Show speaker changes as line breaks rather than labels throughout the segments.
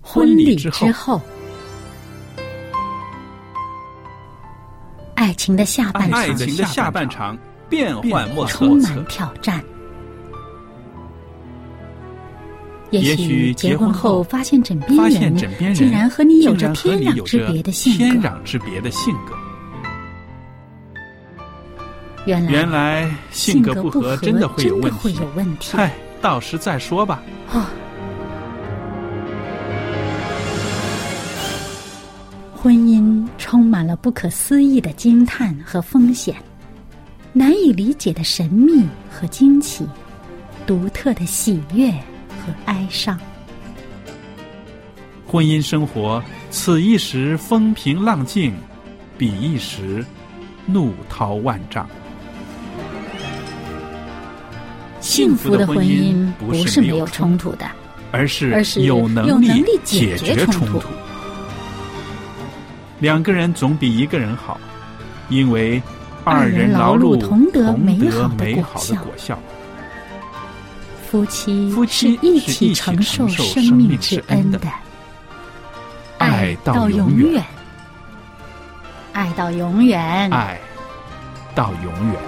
婚礼之后，爱情的下半场变幻莫测，
充满挑战。也许结婚后发现枕边人竟然和你有着天壤之别的性格。
原来性格不合真的会有
问题。
嗨，到时再说吧。
婚姻充满了不可思议的惊叹和风险，难以理解的神秘和惊奇，独特的喜悦和哀伤。
婚姻生活，此一时风平浪静，彼一时怒涛万丈。
幸福的婚姻不是没有冲突的，
而是有能力解决冲突。两个人总比一个人好，因为二人劳碌同得美好的果效。
夫妻是一起承受生命之恩的，
爱到永远，
爱到永远，
爱到永远。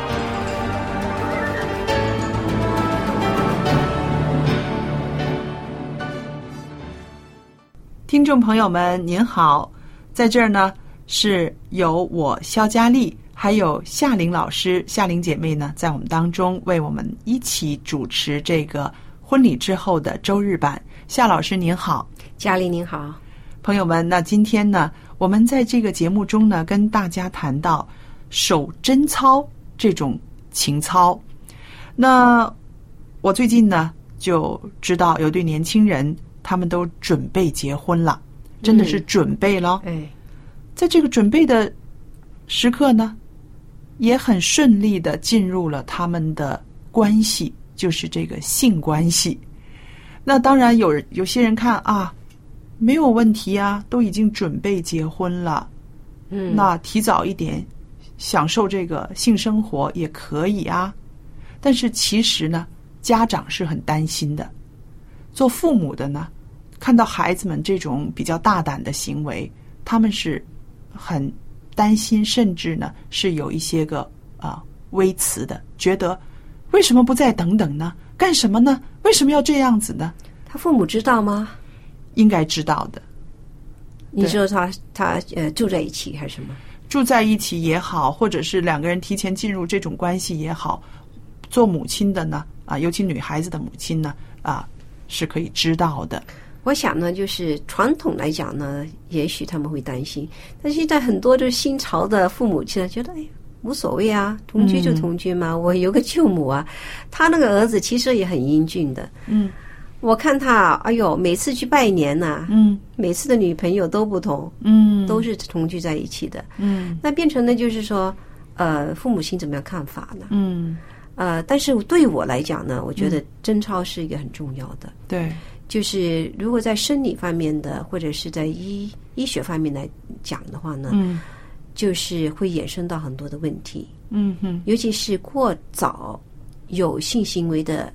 听众朋友们您好，在这儿呢是由我肖佳丽还有夏玲老师夏玲姐妹呢在我们当中为我们一起主持这个婚礼之后的周日版。夏老师您好。
佳丽您好。
朋友们，那今天呢我们在这个节目中呢跟大家谈到守贞操这种情操。那我最近呢就知道有对年轻人他们都准备结婚了，真的是准备了。在这个准备的时刻呢，也很顺利的进入了他们的关系，就是这个性关系。那当然有些人看啊，没有问题啊，都已经准备结婚了，那提早一点享受这个性生活也可以啊。但是其实呢，家长是很担心的，做父母的呢，看到孩子们这种比较大胆的行为，他们是很担心，甚至呢是有一些个微词的，觉得为什么不再等等呢？干什么呢？为什么要这样子呢？
他父母知道吗？
应该知道的。
你说他住在一起还是什么？
住在一起也好，或者是两个人提前进入这种关系也好，做母亲的呢尤其女孩子的母亲呢是可以知道的。
我想呢，就是传统来讲呢，也许他们会担心，但现在很多就是新潮的父母亲觉得无所谓啊，同居就同居嘛，我有个舅母啊，他那个儿子其实也很英俊的，我看他每次去拜年啊，每次的女朋友都不同，都是同居在一起的，那变成呢就是说父母亲怎么样看法呢？但是对我来讲呢，我觉得贞操是一个很重要的。
对，
就是如果在生理方面的，或者是在医学方面来讲的话呢，就是会衍生到很多的问题。尤其是过早有性行为的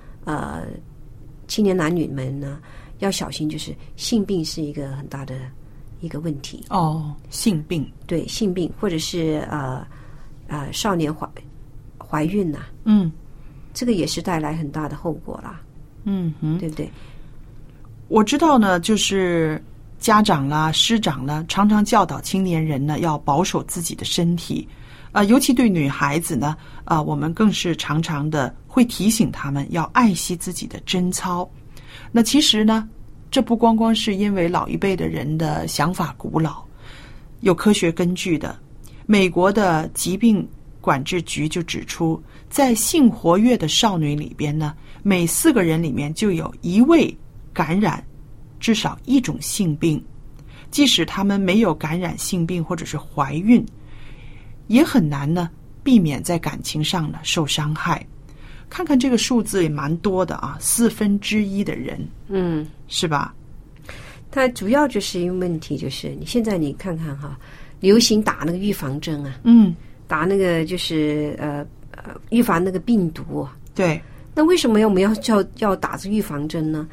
青年男女们呢，要小心，就是性病是一个很大的一个问题。
性病，对，
性病，或者是少年怀孕呐，这个也是带来很大的后果啦，对不对？
我知道呢，就是家长啦、师长啦，常常教导青年人呢要保守自己的身体，尤其对女孩子呢，我们更是常常的会提醒他们要爱惜自己的贞操。那其实呢，这不光光是因为老一辈的人的想法古老，有科学根据的。美国的疾病管制局就指出，在性活跃的少女里边呢，每4个人里面就有1位感染至少一种性病，即使他们没有感染性病或者是怀孕，也很难呢避免在感情上呢受伤害。看看这个数字也蛮多的啊，1/4的人，是吧？
它主要就是因为问题就是现在你看看哈，流行打那个预防针啊，打那个就是预防那个病毒。
对。
那为什么我们要打这预防针呢？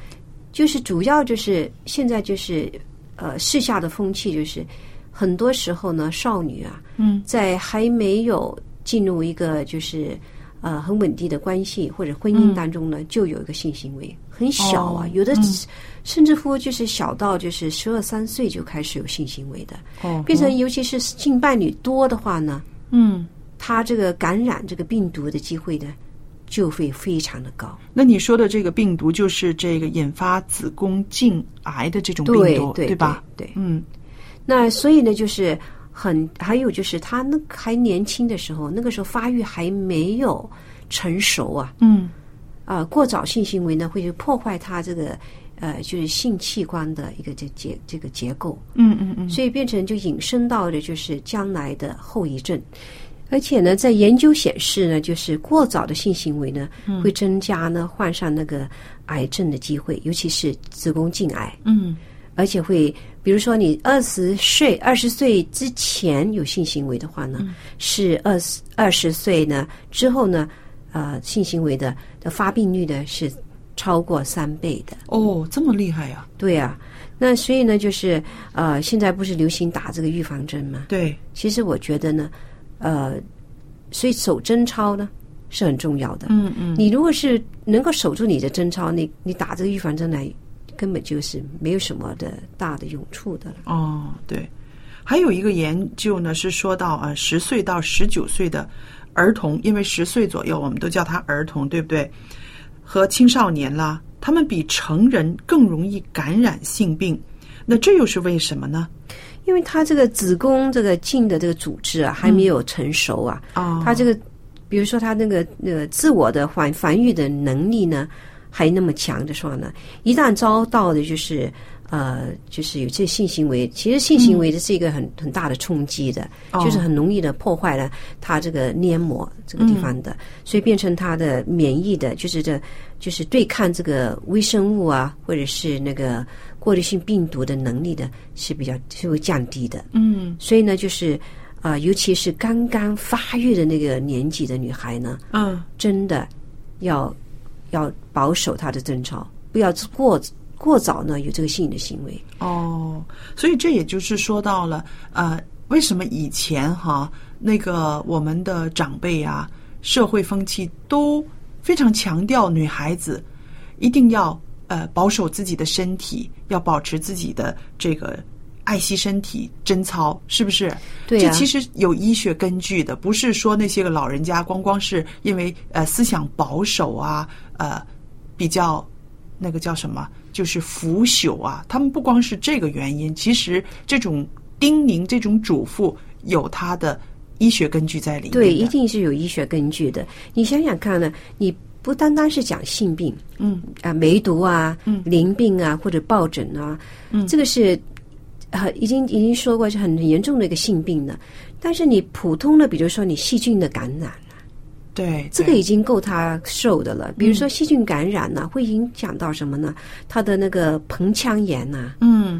就是主要就是现在就是时下的风气就是很多时候呢，少女啊，在还没有进入一个就是很稳定的关系或者婚姻当中呢，就有一个性行为，很小啊，有的甚至乎就是小到就是12、13岁就开始有性行为的，变成尤其是性伴侣多的话呢，他这个感染这个病毒的机会呢，就会非常的高。
那你说的这个病毒就是这个引发子宫颈癌的这种病毒， 对吧？
对，那所以呢，就是还有就是他那还年轻的时候，那个时候发育还没有成熟啊，过早性行为呢会破坏他这个就是性器官的一个这个结构，所以变成就引申到的就是将来的后遗症。而且呢，在研究显示呢，就是过早的性行为呢，会增加呢患上那个癌症的机会，尤其是子宫颈癌。而且会，比如说你20岁之前有性行为的话呢，是20岁呢之后呢，性行为的发病率呢是超过3倍的。
哦，这么厉害呀！
对啊，那所以呢，就是现在不是流行打这个预防针吗？
对，
其实我觉得呢，所以守贞操呢是很重要的。你如果是能够守住你的贞操，你打这个预防针来，根本就是没有什么的大的用处的了。
哦，对。还有一个研究呢，是说到10岁到19岁的儿童，因为10岁左右我们都叫他儿童，对不对？和青少年啦，他们比成人更容易感染性病。那这又是为什么呢？
因为他这个子宫这个颈的这个组织啊还没有成熟啊，他这个比如说他那个自我的防御的能力呢还那么强的话呢，一旦遭到的就是有这性行为，其实性行为的是一个很大的冲击的，就是很容易的破坏了他这个黏膜这个地方的，所以变成他的免疫的，就是对抗这个微生物啊，或者是那个过滤性病毒的能力的是会降低的。所以呢，就是尤其是刚刚发育的那个年纪的女孩呢，真的要保守她的贞操，不要过早呢有这个性的行为。
所以这也就是说到了为什么以前那个我们的长辈啊，社会风气都非常强调女孩子一定要保守自己的身体，要保持自己的这个爱惜身体贞操，是不是？
对
这其实有医学根据的，不是说那些个老人家光是因为思想保守啊，比较那个叫什么，就是腐朽啊，他们不光是这个原因，其实这种叮咛这种嘱咐有它的医学根据在里面。
对，一定是有医学根据的。你想想看呢，你不单单是讲性病，梅毒啊，淋病啊，或者疱疹啊，这个是已经说过是很严重的一个性病了。但是你普通的，比如说你细菌的感染，
对，
这个已经够他受的了。比如说细菌感染呢，会影响到什么呢？他的那个盆腔炎呐，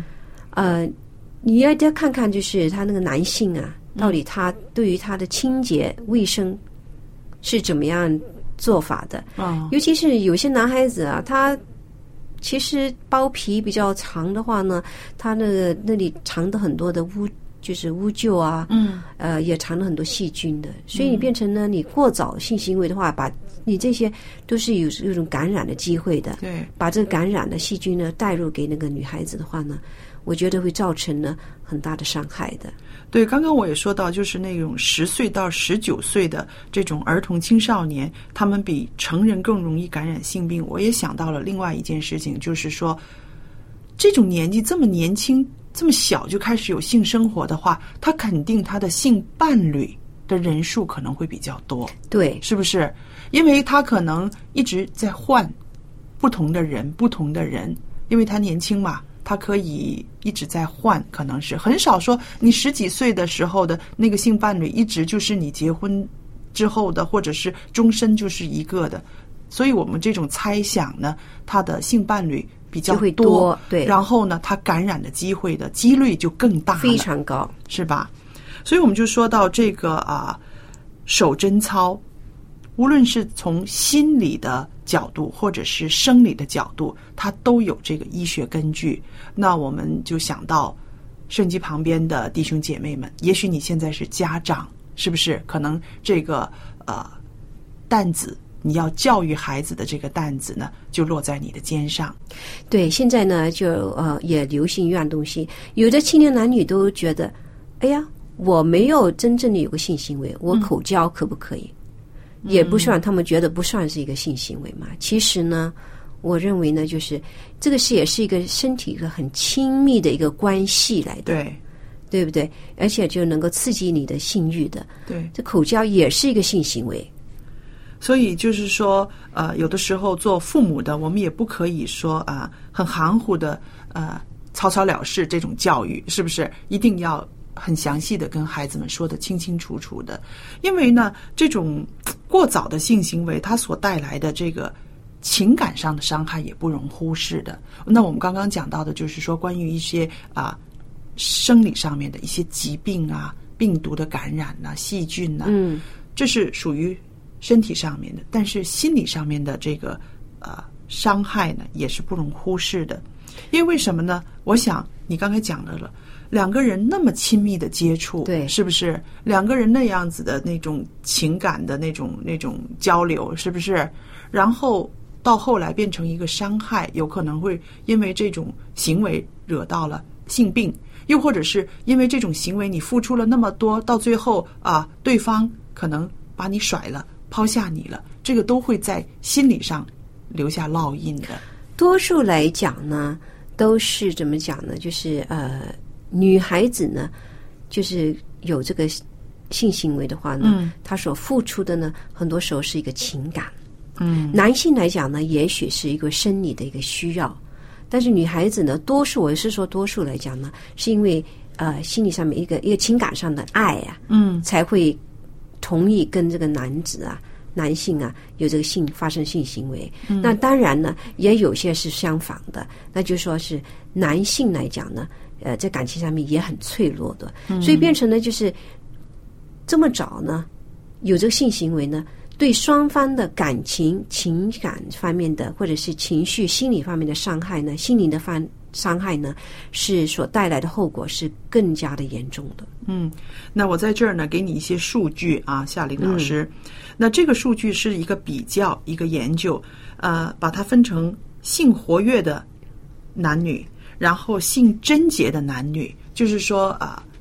你要看看，就是他那个男性啊，到底他对于他的清洁卫生是怎么样做法的？尤其是有些男孩子啊，他其实包皮比较长的话呢，他那里藏的很多的污垢啊，也藏了很多细菌的，所以你变成呢，你过早性行为的话，把你这些都是有一种感染的机会的。
对，
把这个感染的细菌呢带入给那个女孩子的话呢，我觉得会造成呢很大的伤害的。
对，刚刚我也说到，就是那种10岁到19岁的这种儿童青少年，他们比成人更容易感染性病。我也想到了另外一件事情，就是说这种年纪这么年轻这么小就开始有性生活的话，他肯定他的性伴侣的人数可能会比较多。
对，
是不是？因为他可能一直在换不同的人，因为他年轻嘛，他可以一直在换，可能是很少说你10几岁的时候的那个性伴侣一直就是你结婚之后的，或者是终身就是一个的。所以我们这种猜想呢，他的性伴侣比较
多，对，
然后呢，他感染的几率就更大了，
非常高，是吧？
所以我们就说到这个守贞操， 无论是从心理的角度或者是生理的角度，它都有这个医学根据。那我们就想到摄影机旁边的弟兄姐妹们，也许你现在是家长，是不是？可能这个担子，你要教育孩子的这个担子呢，就落在你的肩上。
对，现在呢就也流行一样东西，有的青年男女都觉得，哎呀，我没有真正的有个性行为，我口交可不可以？也不算，他们觉得不算是一个性行为嘛。其实呢，我认为呢，就是这个也是一个身体一个很亲密的一个关系来的，对不对？而且就能够刺激你的性欲的。
对，
这口交也是一个性行为。
所以就是说，有的时候做父母的，我们也不可以说很含糊的草草了事这种教育，是不是？一定要很详细的跟孩子们说的清清楚楚的，因为呢，这种过早的性行为，它所带来的这个情感上的伤害也不容忽视的。那我们刚刚讲到的就是说，关于一些生理上面的一些疾病啊、病毒的感染啊、细菌啊，这是属于身体上面的，但是心理上面的这个伤害呢，也是不容忽视的。因为什么呢？我想你刚才讲的了，两个人那么亲密的接触，
对，
是不是？两个人那样子的那种情感的那种交流，是不是？然后到后来变成一个伤害，有可能会因为这种行为惹到了性病，又或者是因为这种行为你付出了那么多，到最后对方可能把你甩了，抛下你了，这个都会在心理上留下烙印的。
多数来讲呢，都是怎么讲呢？就是女孩子呢，就是有这个性行为的话呢，她所付出的呢，很多时候是一个情感。男性来讲呢，也许是一个生理的一个需要，但是女孩子呢，多数我是说多数来讲呢，是因为心理上面一个情感上的爱啊，才会同意跟这个男性有这个发生性行为。那当然呢，也有些是相反的，那就说是男性来讲呢，在感情上面也很脆弱的，所以变成呢，就是这么早呢，有这个性行为呢，对双方的感情、情感方面的，或者是情绪、心理方面的伤害呢，心灵的伤害呢，是所带来的后果是更加的严重的。
那我在这儿呢，给你一些数据夏玲老师。那这个数据是一个比较，一个研究，把它分成性活跃的男女，然后性贞洁的男女，就是说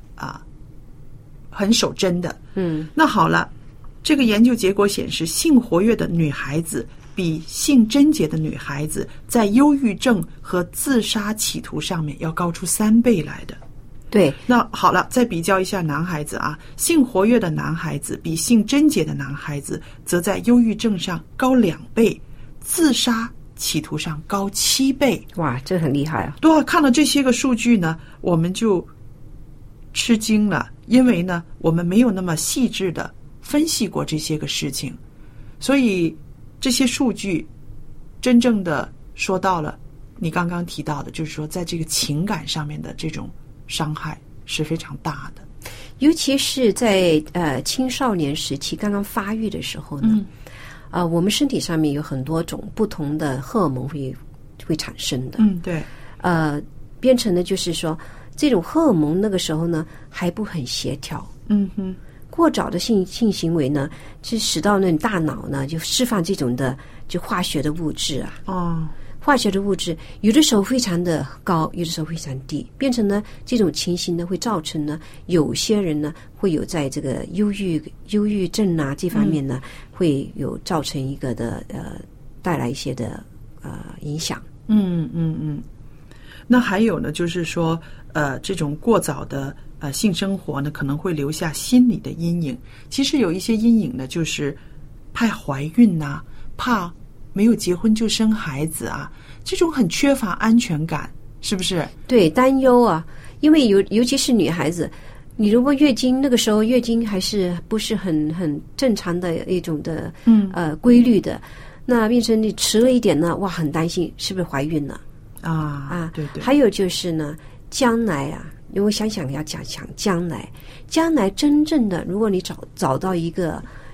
很守贞的。那好了，这个研究结果显示，性活跃的女孩子比性贞洁的女孩子在忧郁症和自杀企图上面要高出3倍来的。
对，
那好了，再比较一下男孩子性活跃的男孩子比性贞洁的男孩子则在忧郁症上高2倍，自杀企图上高7倍。
哇，这很厉害啊！
对，看了这些个数据呢，我们就吃惊了，因为呢，我们没有那么细致的分析过这些个事情，所以这些数据真正的说到了你刚刚提到的，就是说在这个情感上面的这种伤害是非常大的，
尤其是在青少年时期刚刚发育的时候呢，我们身体上面有很多种不同的荷尔蒙会产生的。
对，
变成的就是说，这种荷尔蒙那个时候呢还不很协调。过早的性行为呢，就使到那大脑呢就释放这种的就化学的物质化学的物质有的时候非常的高，有的时候非常低，变成呢这种情形呢会造成呢有些人呢会有在这个忧郁症这方面呢会有造成一个的带来一些的影响。
那还有呢，就是说这种过早的性生活呢，可能会留下心理的阴影。其实有一些阴影呢，就是怕怀孕怕没有结婚就生孩子这种很缺乏安全感，是不是？
对，担忧因为尤其是女孩子，你如果月经那个时候月经还是不是很正常的一种的规律的，那变成你迟了一点呢，哇，很担心是不是怀孕了
对。
还有就是呢，将来我想要讲将来真正的，如果你找到一个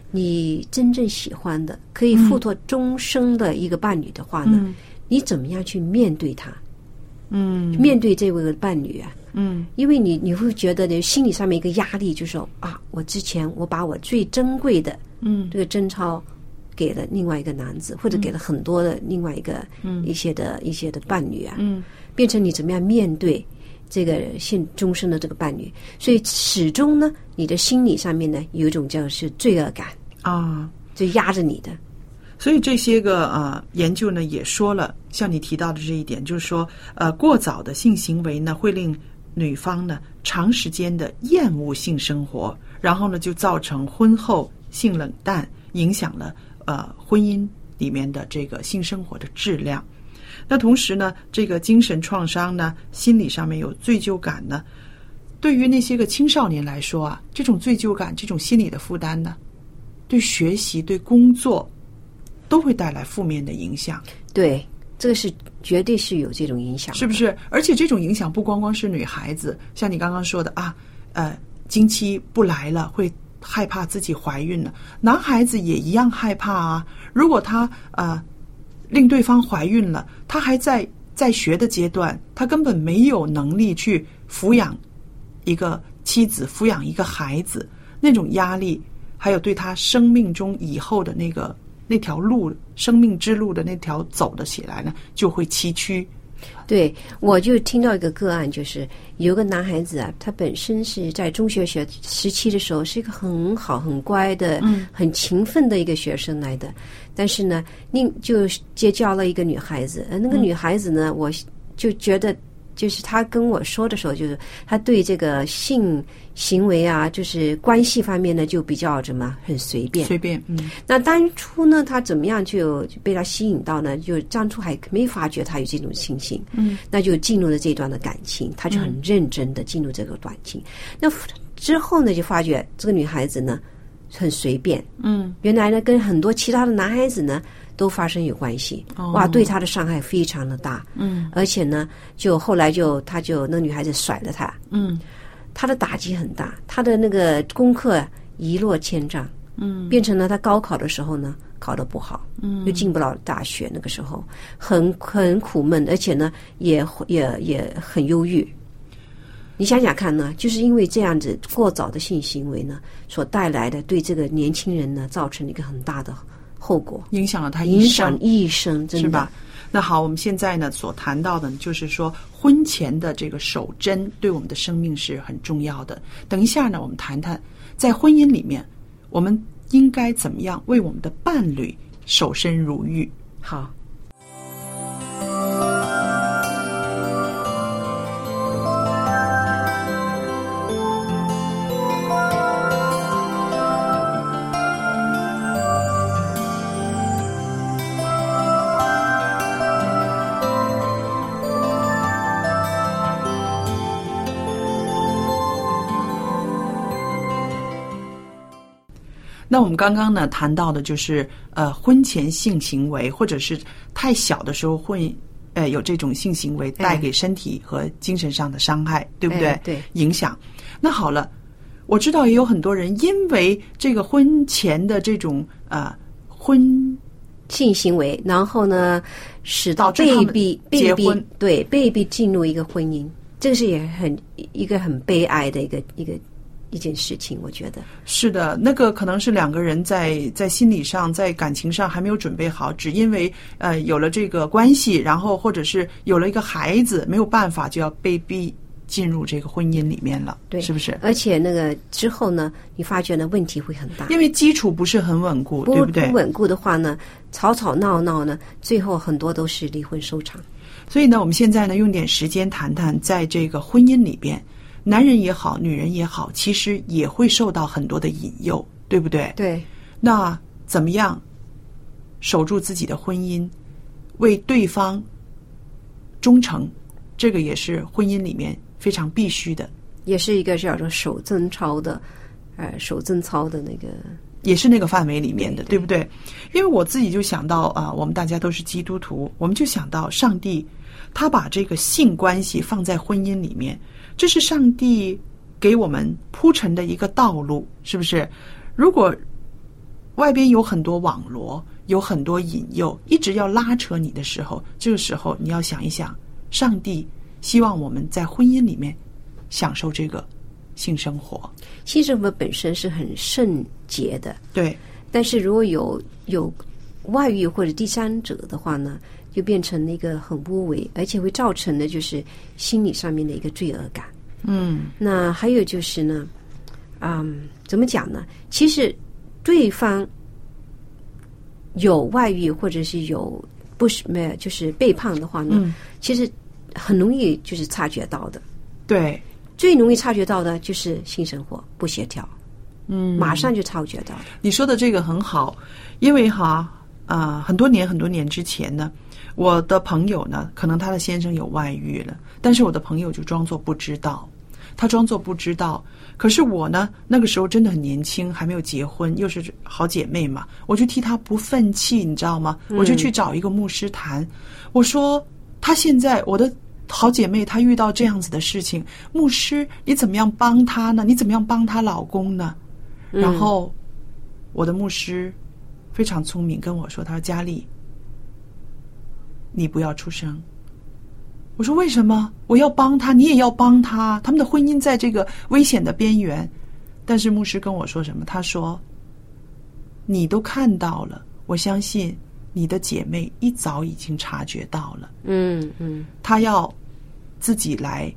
你真正喜欢的，可以付托终生的一个伴侣的话呢，你怎么样去面对他？面对这位伴侣啊，因为你会觉得呢，心理上面一个压力，就是说啊，我之前我把我最珍贵的，这个贞操给了另外一个男子，或者给了很多的另外一个一些的伴侣啊，变成你怎么样面对这个终身的这个伴侣，所以始终呢，你的心理上面呢有一种叫是罪恶感啊，就压着你的。
所以这些个研究呢也说了，像你提到的这一点，就是说过早的性行为呢会令女方呢长时间的厌恶性生活，然后呢就造成婚后性冷淡，影响了婚姻里面的这个性生活的质量。那同时呢，这个精神创伤呢，心理上面有罪疚感呢，对于那些个青少年来说啊，这种罪疚感，这种心理的负担呢，对学习、对工作都会带来负面的影响。
对，这个是绝对是有这种影响的，
是不是？而且这种影响不光光是女孩子，像你刚刚说的经期不来了，会害怕自己怀孕了，男孩子也一样害怕啊。如果他令对方怀孕了，他还在学的阶段，他根本没有能力去抚养一个妻子，抚养一个孩子，那种压力，还有对他生命中以后的那条路，生命之路的那条走的起来呢，就会崎岖。
对，我就听到一个个案，就是有个男孩子啊，他本身是在中学时期的时候是一个很好很乖的很勤奋的一个学生来的，但是呢就结交了一个女孩子，那个女孩子呢，我就觉得就是他跟我说的时候，就是他对这个性行为啊，就是关系方面呢，就比较很随便。那当初呢，他怎么样就被他吸引到呢？就当初还没发觉他有这种情形，那就进入了这段的感情，他就很认真的进入这个感情。那之后呢，就发觉这个女孩子呢很随便，原来呢跟很多其他的男孩子呢都发生有关系，哇，对他的伤害非常的大，而且呢，就后来那女孩子甩了他，他的打击很大，他的那个功课一落千丈，变成了他高考的时候呢考得不好，又进不了大学，那个时候很苦闷，而且呢也很忧郁。你想想看呢，就是因为这样子过早的性行为呢所带来的，对这个年轻人呢造成了一个很大的后果，
影响了他
一生，真的
是吧？那好，我们现在呢所谈到的就是说婚前的这个守贞对我们的生命是很重要的。等一下呢，我们谈谈在婚姻里面我们应该怎么样为我们的伴侣守身如玉。
好。
那我们刚刚呢谈到的就是婚前性行为，或者是太小的时候会有这种性行为带给身体和精神上的伤害，对不对？
对，
影响。那好了，我知道也有很多人因为这个婚前的这种
性行为，然后呢使到被逼进入一个婚姻，这个是一个很悲哀的一件事情，我觉得
是的。那个可能是两个人在心理上在感情上还没有准备好，只因为有了这个关系，然后或者是有了一个孩子，没有办法就要被逼进入这个婚姻里面了，
对，
是不是？
而且那个之后呢，你发觉呢问题会很大，
因为基础不是很稳固，对不对？
不稳固的话呢，吵吵闹闹呢，最后很多都是离婚收场。
所以呢，我们现在呢用点时间谈谈，在这个婚姻里边，男人也好，女人也好，其实也会受到很多的引诱，对不对？
对。
那怎么样守住自己的婚姻，为对方忠诚，这个也是婚姻里面非常必须的，
也是一个叫做守贞操的那个，
也是那个范围里面的， 对不对？因为我自己就想到我们大家都是基督徒，我们就想到上帝他把这个性关系放在婚姻里面，这是上帝给我们铺陈的一个道路，是不是？如果外边有很多网罗，有很多引诱，一直要拉扯你的时候，这个时候你要想一想，上帝希望我们在婚姻里面享受这个性生活。
性生活本身是很圣洁的，
对，
但是如果有外遇或者第三者的话呢，就变成一个很无为，而且会造成的就是心理上面的一个罪恶感。那还有就是呢，怎么讲呢？其实对方有外遇或者是没有就是背叛的话呢，其实很容易就是察觉到的。对，最容易察觉到的就是性生活不协调，马上就察觉到了。
你说的这个很好，因为很多年之前呢，我的朋友呢，可能他的先生有外遇了，但是我的朋友就装作不知道。他装作不知道，可是我呢，那个时候真的很年轻，还没有结婚，又是好姐妹嘛，我就替他不忿气，你知道吗？我就去找一个牧师谈，我说他现在我的好姐妹她遇到这样子的事情，牧师你怎么样帮她呢？你怎么样帮她老公呢？然后我的牧师非常聪明跟我说，他说佳丽，你不要出声。我说为什么？我要帮他，你也要帮他，他们的婚姻在这个危险的边缘。但是牧师跟我说什么？他说你都看到了，我相信你的姐妹一早已经察觉到了。他要自己来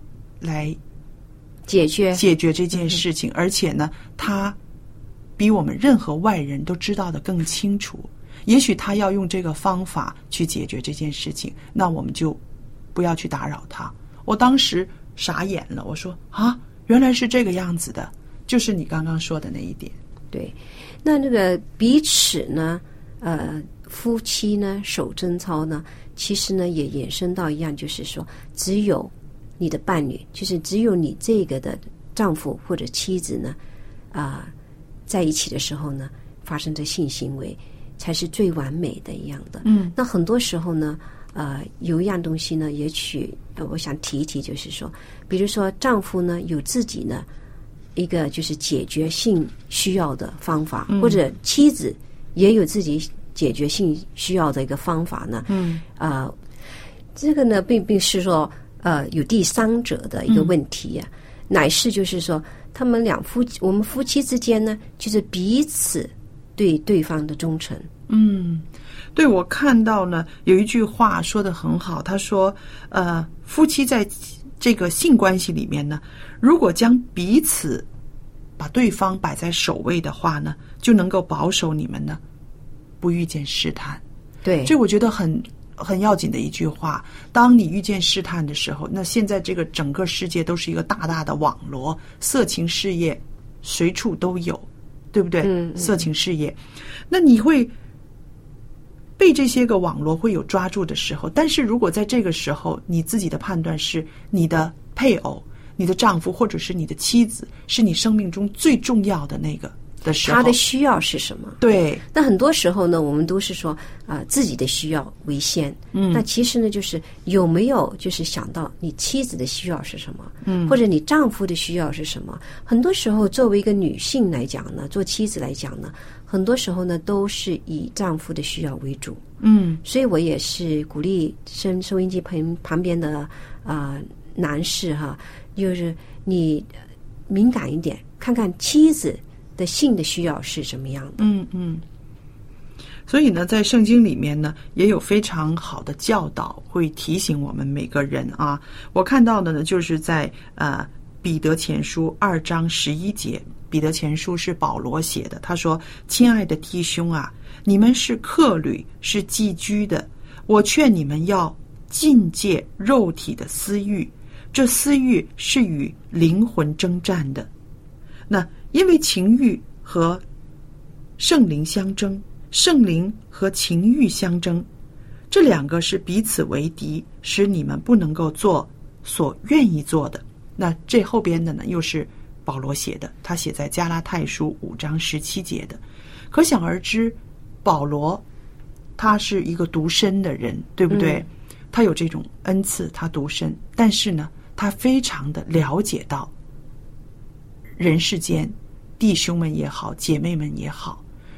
解决这件事情，而且呢，他比我们任何外人都知道的更清楚。也许他要用这个方法去解决这件事情，那我们就不要去打扰他。我当时傻眼了，我说原来是这个样子的，就是你刚刚说的那一点。
对，那个彼此呢，夫妻呢守贞操呢，其实呢也衍生到一样，就是说，只有你的伴侣，就是只有你这个的丈夫或者妻子呢，在一起的时候呢，发生的性行为才是最完美的一样的。那很多时候呢，有一样东西呢，也许我想提一提，就是说，比如说丈夫呢有自己呢一个就是解决性需要的方法，或者妻子也有自己解决性需要的一个方法呢。这个呢并是说有第三者的一个问题啊，乃是就是说他们我们夫妻之间呢，就是彼此对对方的忠诚。
对，我看到呢有一句话说得很好，他说夫妻在这个性关系里面呢，如果将彼此把对方摆在首位的话呢，就能够保守你们呢不遇见试探。
对，
这我觉得很要紧的一句话。当你遇见试探的时候，那现在这个整个世界都是一个大大的网罗，色情事业随处都有，对不对？色情事业，那你会被这些个网罗会有抓住的时候，但是如果在这个时候你自己的判断是你的配偶、你的丈夫或者是你的妻子是你生命中最重要的那个的时候，
他的需要是什么？对，那很多时候呢，我们都是说自己的需要为先。那其实呢，就是有没有就是想到你妻子的需要是什么，或者你丈夫的需要是什么？很多时候，作为一个女性来讲呢，做妻子来讲呢，很多时候呢都是以丈夫的需要为主。所以我也是鼓励收音机旁边的男士就是你敏感一点，看看妻子的性的需要是什么样的。
所以呢，在圣经里面呢，也有非常好的教导，会提醒我们每个人啊。我看到的呢，就是在彼得前书2章11节，彼得前书是保罗写的，他说：“亲爱的弟兄啊，你们是客旅，是寄居的，我劝你们要禁戒肉体的私欲，这私欲是与灵魂征战的。那因为情欲和圣灵相争，圣灵和情欲相争，这两个是彼此为敌，使你们不能够做所愿意做的。”那这后边的呢，又是保罗写的，他写在加拉太书5章17节的。可想而知，保罗他是一个独身的人，对不对？他有这种恩赐，他独身，但是呢，他非常的了解到人世间弟兄们也好，姐妹们也好，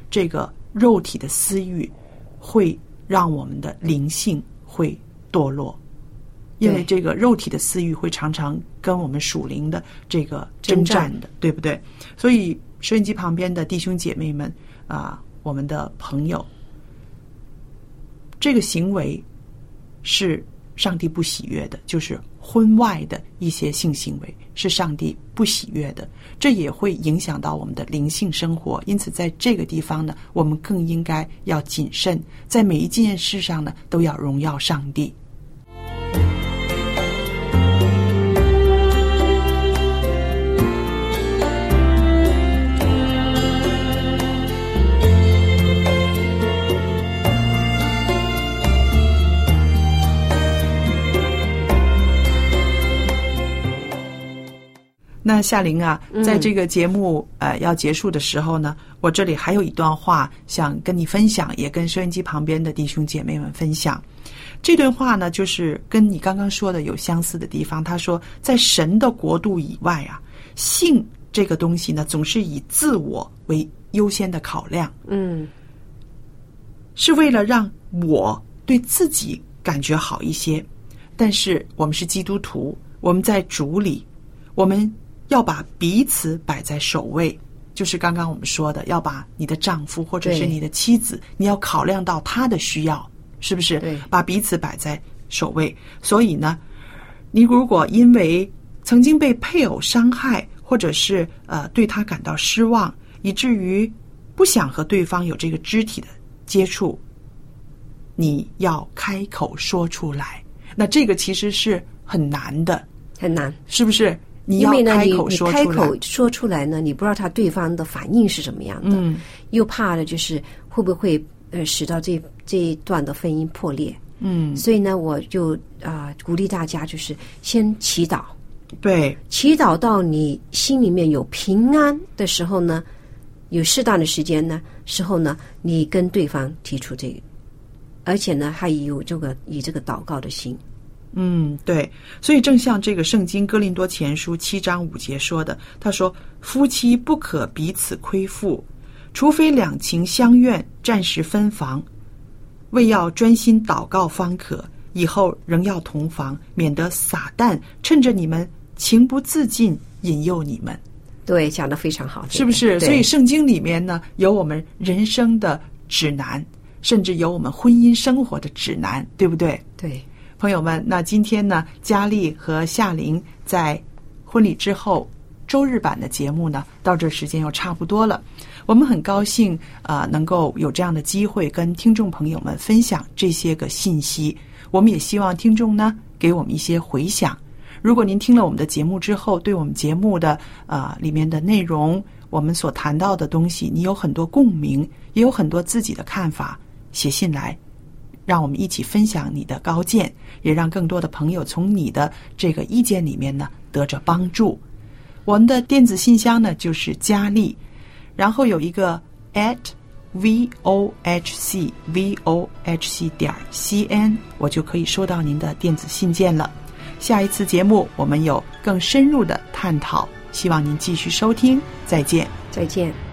这个肉体的私欲会让我们的灵性会堕落，因为这个肉体的私欲会常常跟我们属灵的这个征战的，对不对？所以收音机旁边的弟兄姐妹们我们的朋友，这个行为是上帝不喜悦的，就是婚外的一些性行为是上帝不喜悦的，这也会影响到我们的灵性生活。因此在这个地方呢，我们更应该要谨慎，在每一件事上呢都要荣耀上帝。那夏玲啊，在这个节目要结束的时候呢，我这里还有一段话想跟你分享，也跟收音机旁边的弟兄姐妹们分享。这段话呢，就是跟你刚刚说的有相似的地方。他说，在神的国度以外啊，性这个东西呢，总是以自我为优先的考量，是为了让我对自己感觉好一些。但是我们是基督徒，我们在主里，我们要把彼此摆在首位，就是刚刚我们说的，要把你的丈夫或者是你的妻子，你要考量到他的需要，是不是？对，把彼此摆在首位。所以呢，你如果因为曾经被配偶伤害，或者是对他感到失望，以至于不想和对方有这个肢体的接触，你要开口说出来。那这个其实是很难的，很难，是不是？你要开口说出来，因为呢，你开口说出来呢，你不知道他对方的反应是什么样的，又怕的就是会不会使到这一段的婚姻破裂。所以呢，我就鼓励大家就是先祈祷，对，祈祷到你心里面有平安的时候呢，有适当的时间呢，你跟对方提出这个，而且呢，还有以这个祷告的心。对，所以正像这个圣经哥林多前书7章5节说的，他说，夫妻不可彼此亏负，除非两情相愿，暂时分房，为要专心祷告方可，以后仍要同房，免得撒旦趁着你们情不自禁引诱你们。对，讲得非常好，是不是？所以圣经里面呢，有我们人生的指南，甚至有我们婚姻生活的指南，对不对？对。朋友们，那今天呢，佳丽和夏玲在婚礼之后周日版的节目呢，到这时间又差不多了。我们很高兴能够有这样的机会跟听众朋友们分享这些个信息。我们也希望听众呢给我们一些回响。如果您听了我们的节目之后，对我们节目的里面的内容，我们所谈到的东西，你有很多共鸣，也有很多自己的看法，写信来，让我们一起分享你的高见，也让更多的朋友从你的这个意见里面呢得着帮助。我们的电子信箱呢就是佳丽，然后有一个 @vohc.cn， 我就可以收到您的电子信件了。下一次节目我们有更深入的探讨，希望您继续收听。再见。再见。